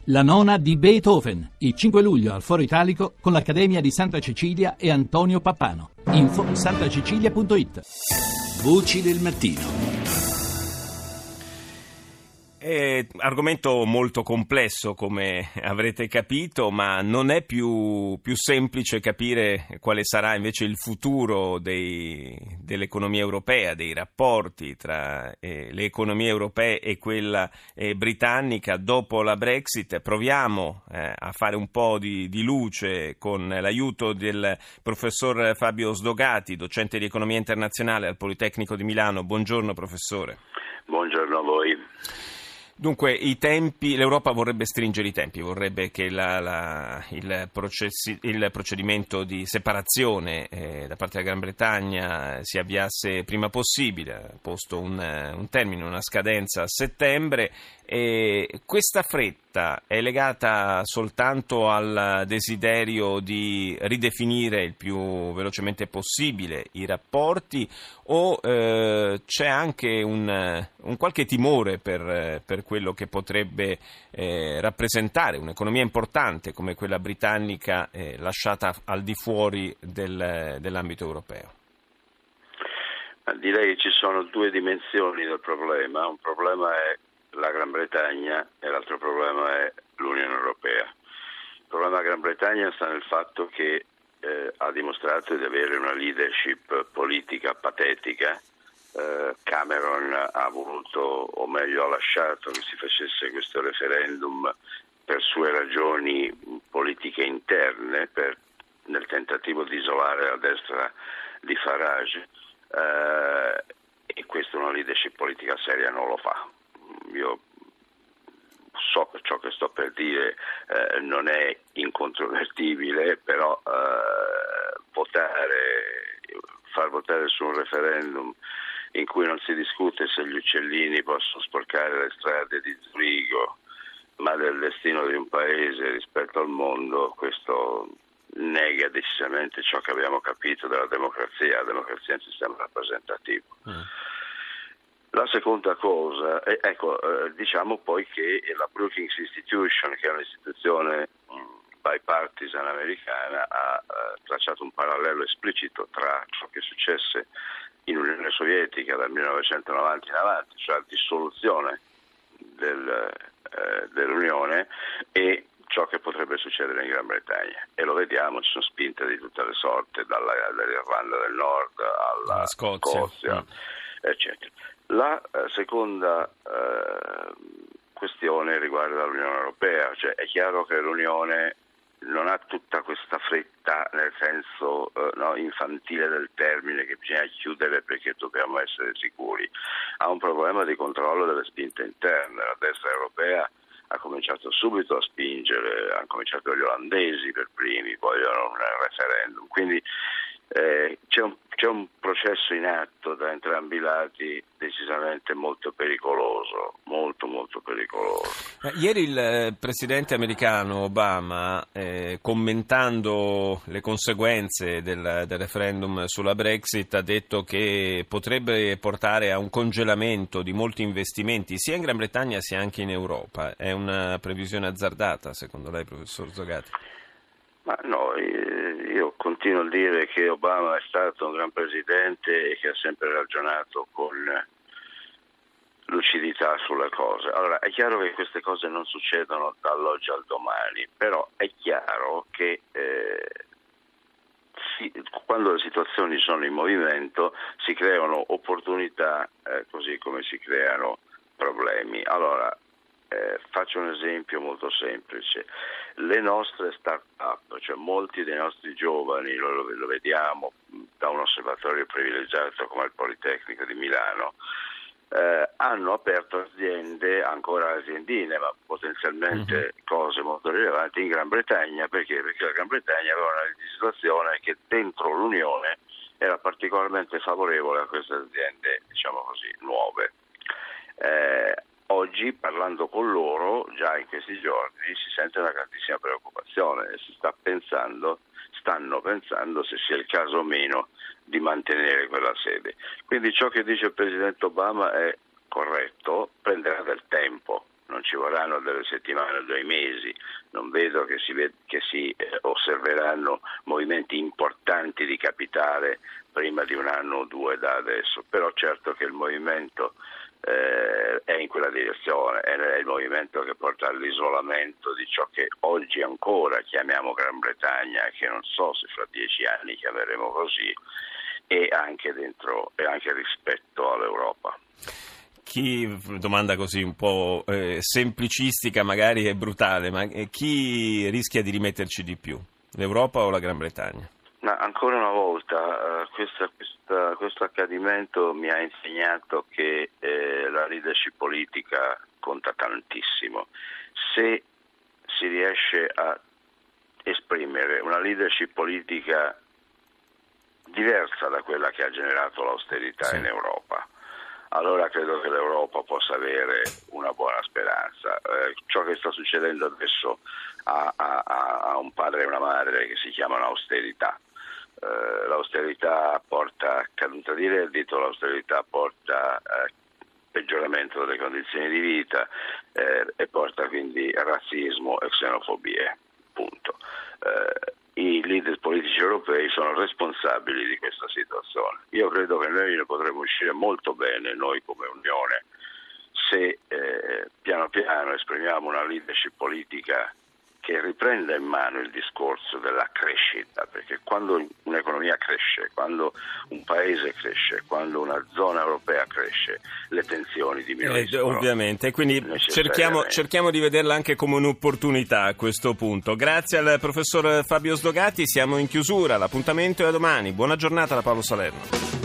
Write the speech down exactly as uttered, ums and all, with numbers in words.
La nona di Beethoven, il cinque luglio al Foro Italico con l'Accademia di Santa Cecilia e Antonio Pappano. Info santacecilia punto it. Voci del mattino. È argomento molto complesso, come avrete capito, ma non è più, più semplice capire quale sarà invece il futuro dei, dell'economia europea, dei rapporti tra eh, le economie europee e quella eh, britannica dopo la Brexit. Proviamo eh, a fare un po' di, di luce con l'aiuto del professor Fabio Sdogati, docente di economia internazionale al Politecnico di Milano. Buongiorno professore. Buongiorno a voi. Dunque, i tempi, l'Europa vorrebbe stringere i tempi, vorrebbe che la, la, il, processi, il procedimento di separazione eh, da parte della Gran Bretagna si avviasse prima possibile, ha posto un, un termine, una scadenza a settembre. E questa fretta è legata soltanto al desiderio di ridefinire il più velocemente possibile i rapporti o eh, c'è anche un, un qualche timore per, per quello che potrebbe eh, rappresentare un'economia importante come quella britannica eh, lasciata al di fuori del, dell'ambito europeo? Direi che ci sono due dimensioni del problema. Un problema è la Gran Bretagna e l'altro problema è l'Unione Europea. Il problema della Gran Bretagna sta nel fatto che eh, ha dimostrato di avere una leadership politica patetica. Eh, Cameron ha voluto, o meglio ha lasciato che si facesse questo referendum per sue ragioni politiche interne, per, nel tentativo di isolare la destra di Farage, eh, e questa una leadership politica seria non lo fa. Io so che ciò che sto per dire eh, non è incontrovertibile, però eh, votare, far votare su un referendum in cui non si discute se gli uccellini possono sporcare le strade di Zurigo, ma del destino di un paese rispetto al mondo, questo nega decisamente ciò che abbiamo capito della democrazia. La democrazia è un sistema rappresentativo. Mm. La seconda cosa, eh, ecco, eh, diciamo poi che la Brookings Institution, che è un'istituzione mh, bipartisan americana, ha eh, tracciato un parallelo esplicito tra ciò che successe in Unione Sovietica dal millenovecentonovanta in avanti, cioè la dissoluzione del, eh, dell'Unione, e ciò che potrebbe succedere in Gran Bretagna. E lo vediamo, ci sono spinte di tutte le sorte, dalla, dall'Irlanda del Nord alla, alla Scozia, Scozia mm. eccetera. La eh, seconda eh, questione riguarda l'Unione Europea, cioè è chiaro che l'Unione non ha tutta questa fretta, nel senso eh, no, infantile del termine, che bisogna chiudere perché dobbiamo essere sicuri. Ha un problema di controllo delle spinte interne. La destra europea ha cominciato subito a spingere, hanno cominciato gli olandesi per primi, vogliono un referendum, quindi eh, c'è un C'è un processo in atto da entrambi i lati decisamente molto pericoloso, molto molto pericoloso. Eh, ieri il eh, presidente americano Obama, eh, commentando le conseguenze del, del referendum sulla Brexit, ha detto che potrebbe portare a un congelamento di molti investimenti sia in Gran Bretagna sia anche in Europa. È una previsione azzardata, secondo lei, professor Sdogati? Ma no, io continuo a dire che Obama è stato un gran presidente e che ha sempre ragionato con lucidità sulle cose. Allora, è chiaro che queste cose non succedono dall'oggi al domani, però è chiaro che eh, si, quando le situazioni sono in movimento si creano opportunità eh, così come si creano problemi. Allora, Eh, faccio un esempio molto semplice. Le nostre start-up, cioè molti dei nostri giovani, lo, lo vediamo da un osservatorio privilegiato come il Politecnico di Milano, eh, hanno aperto aziende, ancora aziendine, ma potenzialmente uh-huh. cose molto rilevanti in Gran Bretagna. Perché? Perché la Gran Bretagna aveva una legislazione che dentro l'Unione era particolarmente favorevole a queste aziende, diciamo così, nuove. Eh, Oggi, parlando con loro, già in questi giorni, si sente una grandissima preoccupazione e si sta pensando, stanno pensando se sia il caso o meno di mantenere quella sede. Quindi ciò che dice il Presidente Obama è corretto, prenderà del tempo, non ci ci vorranno delle settimane o dei mesi, non vedo che si, ved- che si eh, osserveranno movimenti importanti di capitale prima di un anno o due da adesso, però certo che il movimento eh, è in quella direzione, è il movimento che porta all'isolamento di ciò che oggi ancora chiamiamo Gran Bretagna, che non so se fra dieci anni chiameremo così, e anche dentro e anche rispetto all'Europa. Chi, domanda così un po' eh, semplicistica magari e brutale, ma chi rischia di rimetterci di più, l'Europa o la Gran Bretagna? Ma ancora una volta uh, questa, questa, questo accadimento mi ha insegnato che eh, la leadership politica conta tantissimo. Se si riesce a esprimere una leadership politica diversa da quella che ha generato l'austerità sì. in Europa, allora credo che l'Europa possa avere una buona speranza. Eh, ciò che sta succedendo adesso ha, ha, ha un padre e una madre che si chiamano austerità. Eh, l'austerità porta caduta di reddito, l'austerità porta eh, peggioramento delle condizioni di vita eh, e porta quindi razzismo e xenofobie. Punto. Eh, I leader politici europei sono responsabili di questa situazione. Io credo che noi ne potremo uscire molto bene, noi come Unione, se eh, piano piano esprimiamo una leadership politica che riprenda in mano il discorso della crescita, perché quando un'economia cresce, quando un paese cresce, quando una zona europea cresce, le tensioni diminuiscono. Eh, ovviamente, quindi cerchiamo, cerchiamo di vederla anche come un'opportunità a questo punto. Grazie al professor Fabio Sdogati, siamo in chiusura, l'appuntamento è a domani. Buona giornata da Paolo Salerno.